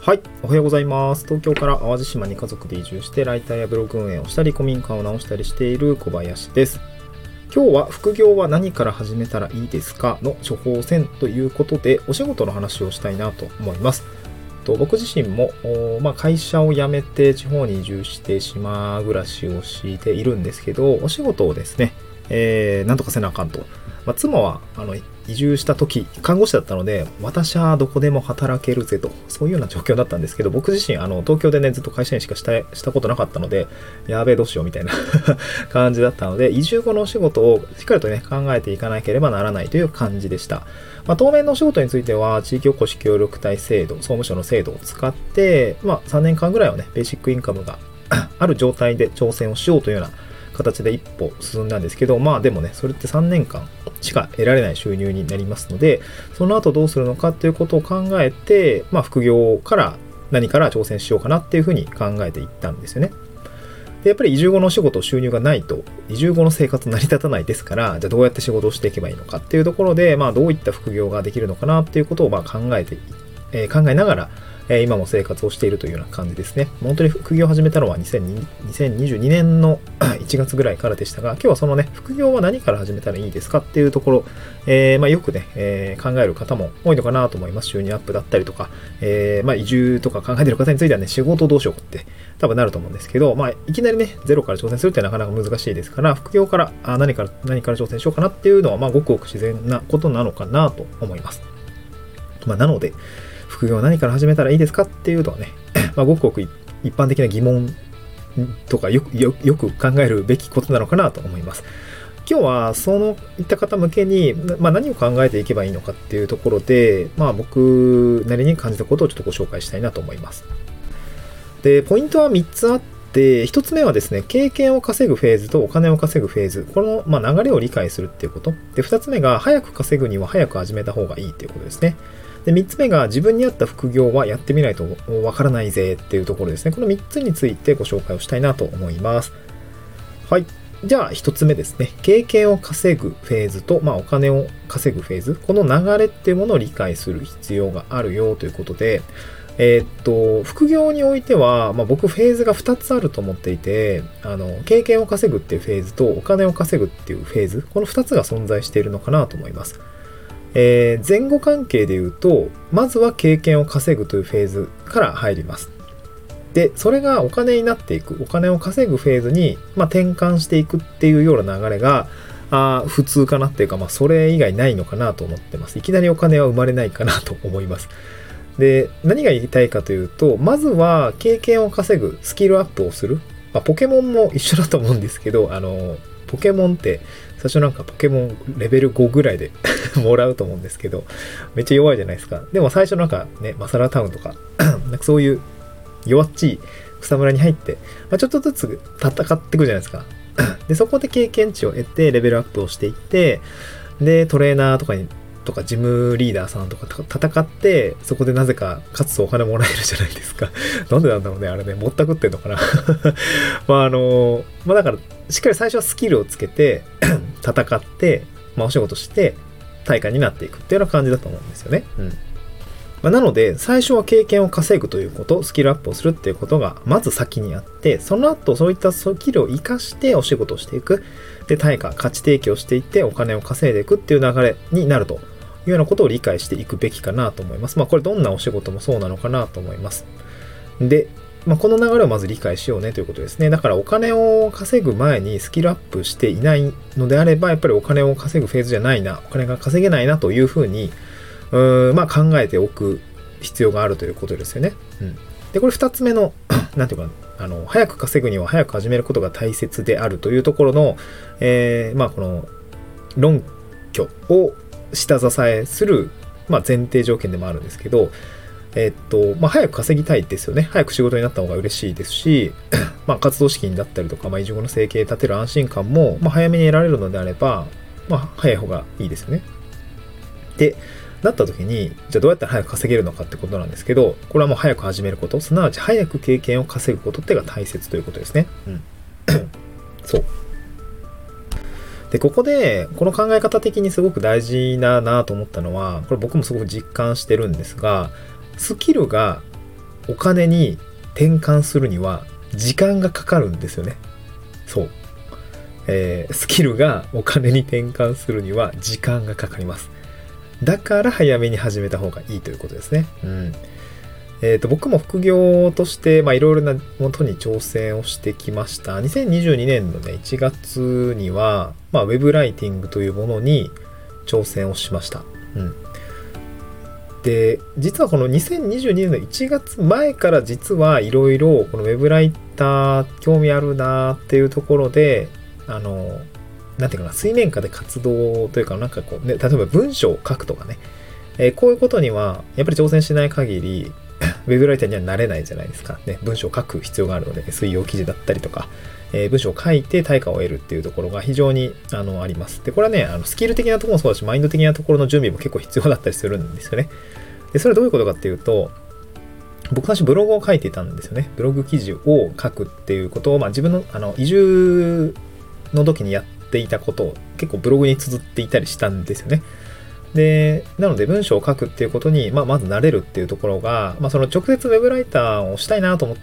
はい、おはようございます。東京から淡路島に家族で移住してライターやブログ運営をしたり古民家を直したりしている小林です。今日は副業は何から始めたらいいですかの処方箋ということでお仕事の話をしたいなと思います。僕自身も、会社を辞めて地方に移住して島暮らしをしているんですけど、お仕事をですね、なんとかせなあかんと。妻は移住した時看護師だったので、私はどこでも働けるぜと、そういうような状況だったんですけど、僕自身東京でねずっと会社員しかしたことなかったので、やべえどうしようみたいな感じだったので、移住後のお仕事をしっかりとね考えていかなければならないという感じでした。当面のお仕事については地域おこし協力隊制度、総務省の制度を使って、3年間ぐらいはねベーシックインカムがある状態で挑戦をしようというような形で一歩進んだんですけど、でもねそれって3年間しか得られない収入になりますので、その後どうするのかっていうことを考えて、副業から何から挑戦しようかなっていうふうに考えていったんですよね。でやっぱり移住後のお仕事収入がないと移住後の生活成り立たないですから、じゃあどうやって仕事をしていけばいいのかっていうところで、どういった副業ができるのかなっていうことを考えながら今も生活をしているというような感じですね。本当に副業を始めたのは2022年の1月ぐらいからでしたが、今日はそのね、副業は何から始めたらいいですかっていうところ、よくね、考える方も多いのかなと思います。収入アップだったりとか、移住とか考えている方についてはね、仕事どうしようって多分なると思うんですけど、いきなりね、ゼロから挑戦するってなかなか難しいですから、副業から何から挑戦しようかなっていうのは、ごくごく自然なことなのかなと思います。なので、副業は何から始めたらいいですかっていうのはね、ごくごく一般的な疑問とかよく考えるべきことなのかなと思います。今日はそういった方向けに、何を考えていけばいいのかっていうところで、僕なりに感じたことをちょっとご紹介したいなと思います。で、ポイントは3つあって、1つ目はですね、経験を稼ぐフェーズとお金を稼ぐフェーズ、この流れを理解するっていうこと。で、2つ目が早く稼ぐには早く始めた方がいいっていうことですね。で、3つ目が自分に合った副業はやってみないとわからないぜっていうところですね。この3つについてご紹介をしたいなと思います。はい。じゃあ1つ目ですね。経験を稼ぐフェーズと、お金を稼ぐフェーズ。この流れっていうものを理解する必要があるよということで、副業においては、僕フェーズが2つあると思っていて、経験を稼ぐっていうフェーズとお金を稼ぐっていうフェーズ、この2つが存在しているのかなと思います。前後関係で言うと、まずは経験を稼ぐというフェーズから入ります。で、それがお金になっていく、お金を稼ぐフェーズに、転換していくっていうような流れが普通かなっていうか、それ以外ないのかなと思ってます。いきなりお金は生まれないかなと思います。で、何が言いたいかというと、まずは経験を稼ぐ、スキルアップをする。ポケモンも一緒だと思うんですけど、ポケモンって最初ポケモンレベル5ぐらいでもらうと思うんですけど、めっちゃ弱いじゃないですか。でも最初マサラタウンとかそういう弱っちい草むらに入って、ちょっとずつ戦っていくじゃないですか。で、そこで経験値を得てレベルアップをしていって、で、トレーナーとかジムリーダーさんとか戦って、そこでなぜか勝つとお金もらえるじゃないですか。なんでなんだろうね、あれね、もったくってんのかな。だから、しっかり最初はスキルをつけて、戦って、お仕事して、対価になっていくっていうような感じだと思うんですよね。なので、最初は経験を稼ぐということ、スキルアップをするっていうことが、まず先にあって、その後、そういったスキルを活かしてお仕事をしていく。で、価値提供していって、お金を稼いでいくっていう流れになるというようなことを理解していくべきかなと思います。これどんなお仕事もそうなのかなと思います。で、この流れをまず理解しようねということですね。だからお金を稼ぐ前にスキルアップしていないのであれば、やっぱりお金を稼ぐフェーズじゃないな、お金が稼げないなというふうに、考えておく必要があるということですよね。で、これ2つ目の、なんていうか、早く稼ぐには早く始めることが大切であるというところの、この論拠を下支えする、前提条件でもあるんですけど、早く稼ぎたいですよね。早く仕事になった方が嬉しいですし、活動資金だったりとか、移住後の生計立てる安心感も、早めに得られるのであれば、早い方がいいですよね。で、なった時に、じゃあどうやったら早く稼げるのかってことなんですけど、これはもう早く始めること、すなわち早く経験を稼ぐことっていうのが大切ということですね。そう。で、ここで、この考え方的にすごく大事だなと思ったのは、これ僕もすごく実感してるんですが、スキルがお金に転換するには時間がかかるんですよね。そう。スキルがお金に転換するには時間がかかります。だから早めに始めた方がいいということですね。うん。僕も副業として、いろいろなことに挑戦をしてきました。2022年のね、1月には、ウェブライティングというものに挑戦をしました。うん。で、実はこの2022年の1月前から実はいろいろこのウェブライター興味あるなっていうところで、なんていうかな、水面下で活動というか、なんかこうね、例えば文章を書くとかね、こういうことにはやっぱり挑戦しない限り、ウェブライターにはなれないじゃないですか。ね、文章を書く必要があるので、水曜記事だったりとか、文章を書いて対価を得るっていうところが非常にあります。で、これはね、スキル的なところもそうだし、マインド的なところの準備も結構必要だったりするんですよね。で、それはどういうことかっていうと、僕最初ブログを書いていたんですよね。ブログ記事を書くっていうことを、自分の移住の時にやっていたことを結構ブログに綴っていたりしたんですよね。で、なので文章を書くっていうことに、まず慣れるっていうところが、その直接ウェブライターをしたいなと思って、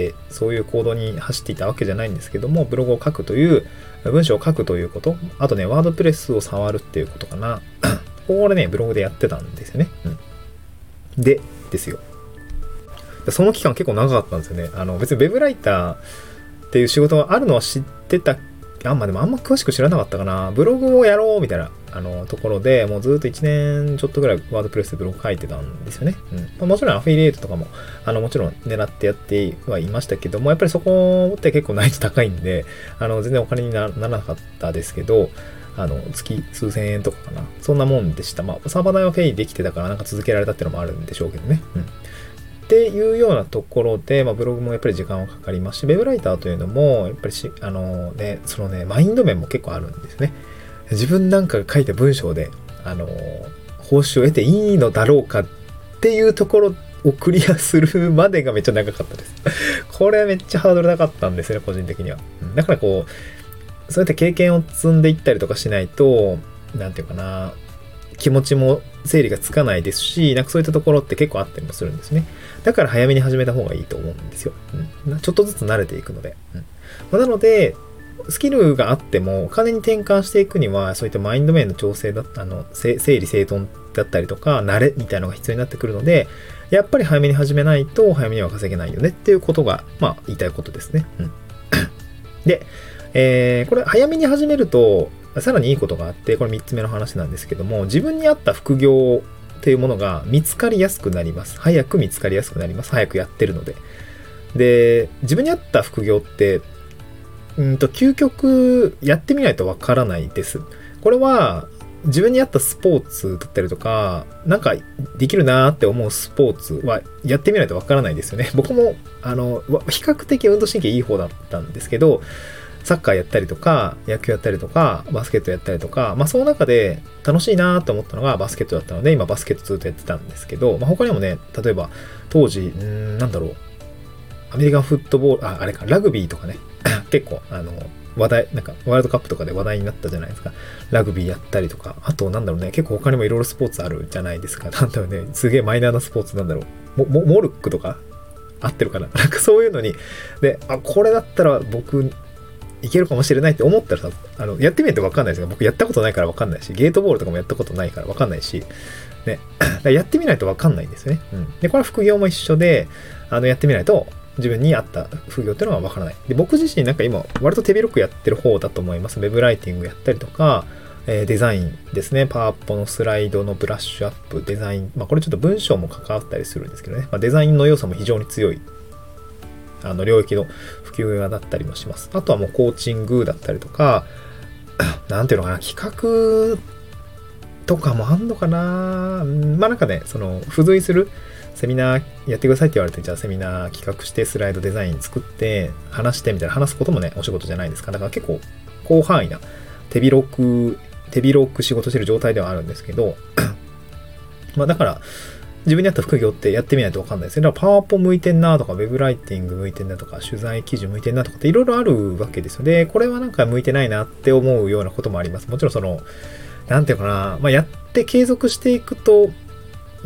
そういう行動に走っていたわけじゃないんですけども、ブログを書くという、文章を書くということ、あとね、ワードプレスを触るっていうことかな。これね、ブログでやってたんですよね。うん。ですよ。その期間結構長かったんですよね。別にウェブライターっていう仕事があるのは知ってた。でもあんま詳しく知らなかったかな。ブログをやろうみたいな、ところで、もうずっと1年ちょっとぐらいワードプレスでブログ書いてたんですよね。うん。もちろんアフィリエイトとかも、もちろん狙ってやってはいましたけども、やっぱりそこって結構難易度高いんで、全然お金にならなかったですけど、月数千円とかかな。そんなもんでした。サーバー代はペイできてたからなんか続けられたっていうのもあるんでしょうけどね。うん。っていうようなところで、ブログもやっぱり時間はかかりますし、ウェブライターというのも、やっぱりそのね、マインド面も結構あるんですね。自分なんかが書いた文章で、報酬を得ていいのだろうかっていうところをクリアするまでがめっちゃ長かったです。これめっちゃハードル高かったんですね、個人的には。だからこう、そうやって経験を積んでいったりとかしないと、なんていうかな、気持ちも整理がつかないですし、なんかそういったところって結構あったりもするんですね。だから早めに始めた方がいいと思うんですよ。ちょっとずつ慣れていくので。なので、スキルがあってもお金に転換していくには、そういったマインド面の調整だった整理整頓だったりとか、慣れみたいなのが必要になってくるので、やっぱり早めに始めないと早めには稼げないよねっていうことが、言いたいことですね。で、これ早めに始めると、さらにいいことがあって、これ3つ目の話なんですけども、自分に合った副業っていうものが見つかりやすくなります。早く見つかりやすくなります。早くやってるので。で、自分に合った副業って、究極やってみないとわからないです。これは、自分に合ったスポーツだったりとか、なんかできるなーって思うスポーツはやってみないとわからないですよね。僕も、比較的運動神経いい方だったんですけど、サッカーやったりとか、野球やったりとか、バスケットやったりとか、その中で楽しいなと思ったのがバスケットだったので、今バスケットずっとやってたんですけど、他にもね、例えば当時、アメリカンフットボール、ラグビーとかね、結構、話題、なんか、ワールドカップとかで話題になったじゃないですか。ラグビーやったりとか、あと、結構他にもいろいろスポーツあるじゃないですか。すげえマイナーなスポーツモルックとか合ってるかななんかそういうのに、で、これだったら僕、いけるかもしれないって思ったらさ、やってみないと分かんないですが、僕やったことないから分かんないし、ゲートボールとかもやったことないから分かんないし、ね、やってみないと分かんないんですよね。で、これは副業も一緒で、やってみないと自分に合った副業っていうのは分からない。で、僕自身なんか今、割と手広くやってる方だと思います。ウェブライティングやったりとか、デザインですね。パワポのスライドのブラッシュアップ、デザイン、これちょっと文章も関わったりするんですけどね。デザインの要素も非常に強い。領域の普及だったりもします。あとはもうコーチングだったりとか、なんていうのかな、企画とかもあんのかな。なんかね、付随するセミナーやってくださいって言われて、じゃあセミナー企画してスライドデザイン作って話してみたいな話すこともね、お仕事じゃないですか。だから結構広範囲な手広く仕事してる状態ではあるんですけど、だから、自分に合った副業ってやってみないと分かんないですよ。だからパワポ向いてんなとか、ウェブライティング向いてんなとか、取材記事向いてんなとかっていろいろあるわけですよ。で、これはなんか向いてないなって思うようなこともあります。もちろんなんていうかな、やって継続していくと、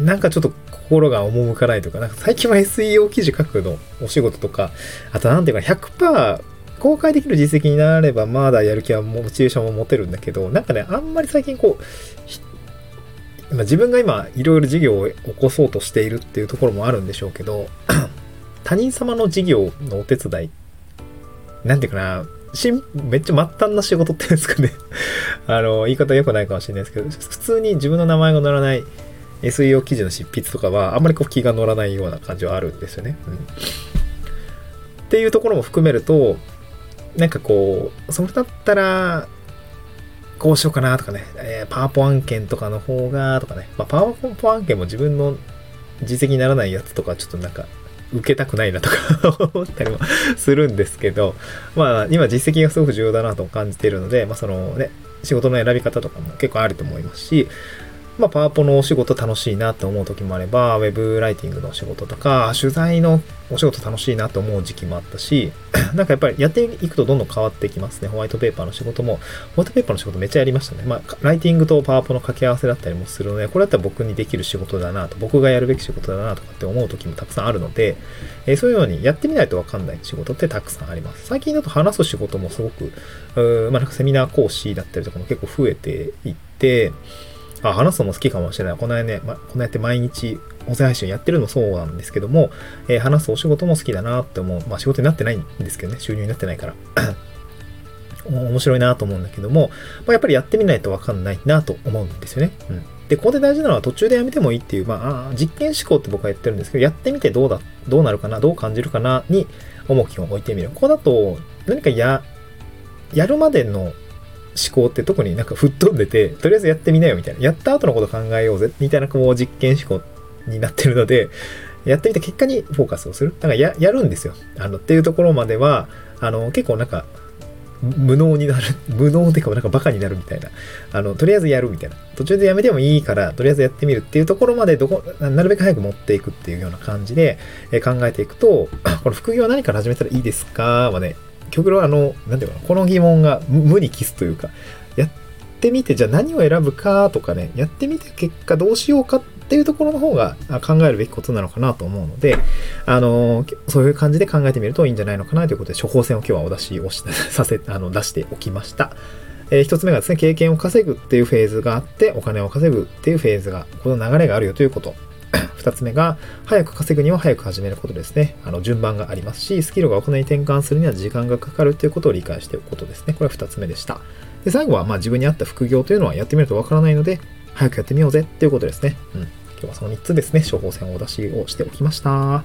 なんかちょっと心が赴かないとか、なんか最近は SEO 記事書くのお仕事とか、あとなんていうか 100% 公開できる実績になればまだやる気はモチベーションも持てるんだけど、なんかね、あんまり最近こう、自分が今いろいろ事業を起こそうとしているっていうところもあるんでしょうけど、他人様の事業のお手伝い、なんていうかな、めっちゃ末端な仕事っていうんですかね。言い方良くないかもしれないですけど、普通に自分の名前が載らない SEO 記事の執筆とかは、あんまりこう気が乗らないような感じはあるんですよね。っていうところも含めると、なんかこう、それだったら、こうしようかなとかね、パワポ案件とかの方が、とかね、パワポ案件も自分の実績にならないやつとか、ちょっとなんか、受けたくないなとか思ったりもするんですけど、今実績がすごく重要だなと感じているので、そのね、仕事の選び方とかも結構あると思いますし、パワポのお仕事楽しいなと思う時もあれば、ウェブライティングのお仕事とか、取材のお仕事楽しいなと思う時期もあったし、なんかやっぱりやっていくとどんどん変わってきますね。ホワイトペーパーの仕事も、ホワイトペーパーの仕事めっちゃやりましたね。ライティングとパワポの掛け合わせだったりもするので、これだったら僕にできる仕事だなと、僕がやるべき仕事だなとかって思う時もたくさんあるので、そういうようにやってみないとわかんない仕事ってたくさんあります。最近だと話す仕事もすごく、なんかセミナー講師だったりとかも結構増えていって、話すのも好きかもしれない。この間ね、このやって毎日音声配信やってるのもそうなんですけども、話すお仕事も好きだなって思う。仕事になってないんですけどね、収入になってないから。面白いなと思うんだけども、やっぱりやってみないとわかんないなと思うんですよね。で、ここで大事なのは途中でやめてもいいっていう、実験思考って僕は言ってるんですけど、やってみてどうなるかな、どう感じるかなに重きを置いてみる。ここだと、何かやるまでの思考って特になんか吹っ飛んでて、とりあえずやってみなよみたいな。やった後のこと考えようぜみたいなこう実験思考になってるので、やってみた結果にフォーカスをする。だからやるんですよ。っていうところまでは、結構なんか、無能になる。無能っていうかなんかバカになるみたいな。とりあえずやるみたいな。途中でやめてもいいから、とりあえずやってみるっていうところまでなるべく早く持っていくっていうような感じで考えていくと、この副業は何から始めたらいいですかはね、極論なんていうかな、この疑問が無に帰すというか、やってみて、じゃあ何を選ぶかとかね、やってみて結果どうしようかっていうところの方が考えるべきことなのかなと思うので、そういう感じで考えてみるといいんじゃないのかなということで、処方箋を今日はお出しを出しておきました。一つ目がですね、経験を稼ぐっていうフェーズがあって、お金を稼ぐっていうフェーズが、この流れがあるよということ。二つ目が、早く稼ぐには早く始めることですね。順番がありますし、スキルがお金に転換するには時間がかかるということを理解しておくことですね。これは二つ目でした。で、最後は、自分に合った副業というのはやってみるとわからないので、早くやってみようぜっていうことですね。今日はその3つですね、処方箋をお出しをしておきました。はい。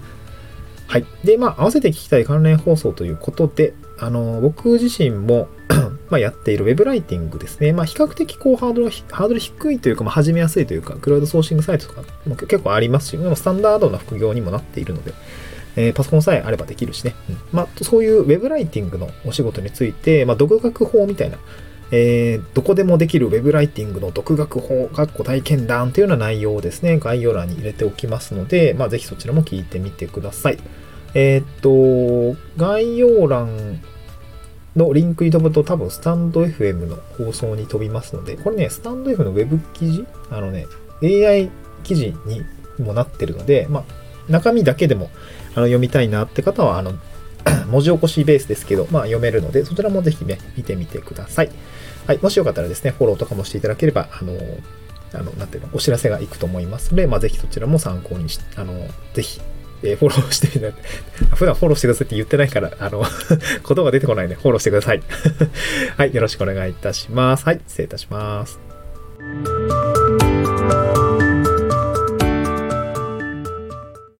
で、合わせて聞きたい関連放送ということで、僕自身もやっているウェブライティングですね。比較的こうハードル低いというか、始めやすいというか、クラウドソーシングサイトとかも結構ありますし、スタンダードな副業にもなっているので、パソコンさえあればできるしね。そういうウェブライティングのお仕事について、独学法みたいな、どこでもできるウェブライティングの独学法、体験談というような内容をですね、概要欄に入れておきますので、ぜひそちらも聞いてみてください。概要欄のリンクに飛ぶと多分スタンド FM の放送に飛びますので、これね、スタンド F のウェブ記事AI 記事にもなってるので、中身だけでも読みたいなって方は、文字起こしベースですけど、読めるので、そちらもぜひね、見てみてください。はい。もしよかったらですね、フォローとかもしていただければ、なんていうの、お知らせがいくと思いますので、ぜひそちらも参考にし、ぜひ、フォローしてみて、普段フォローしてくださいって言ってないから、言葉が出てこないね。フォローしてください。はい。よろしくお願いいたします。はい。失礼いたします。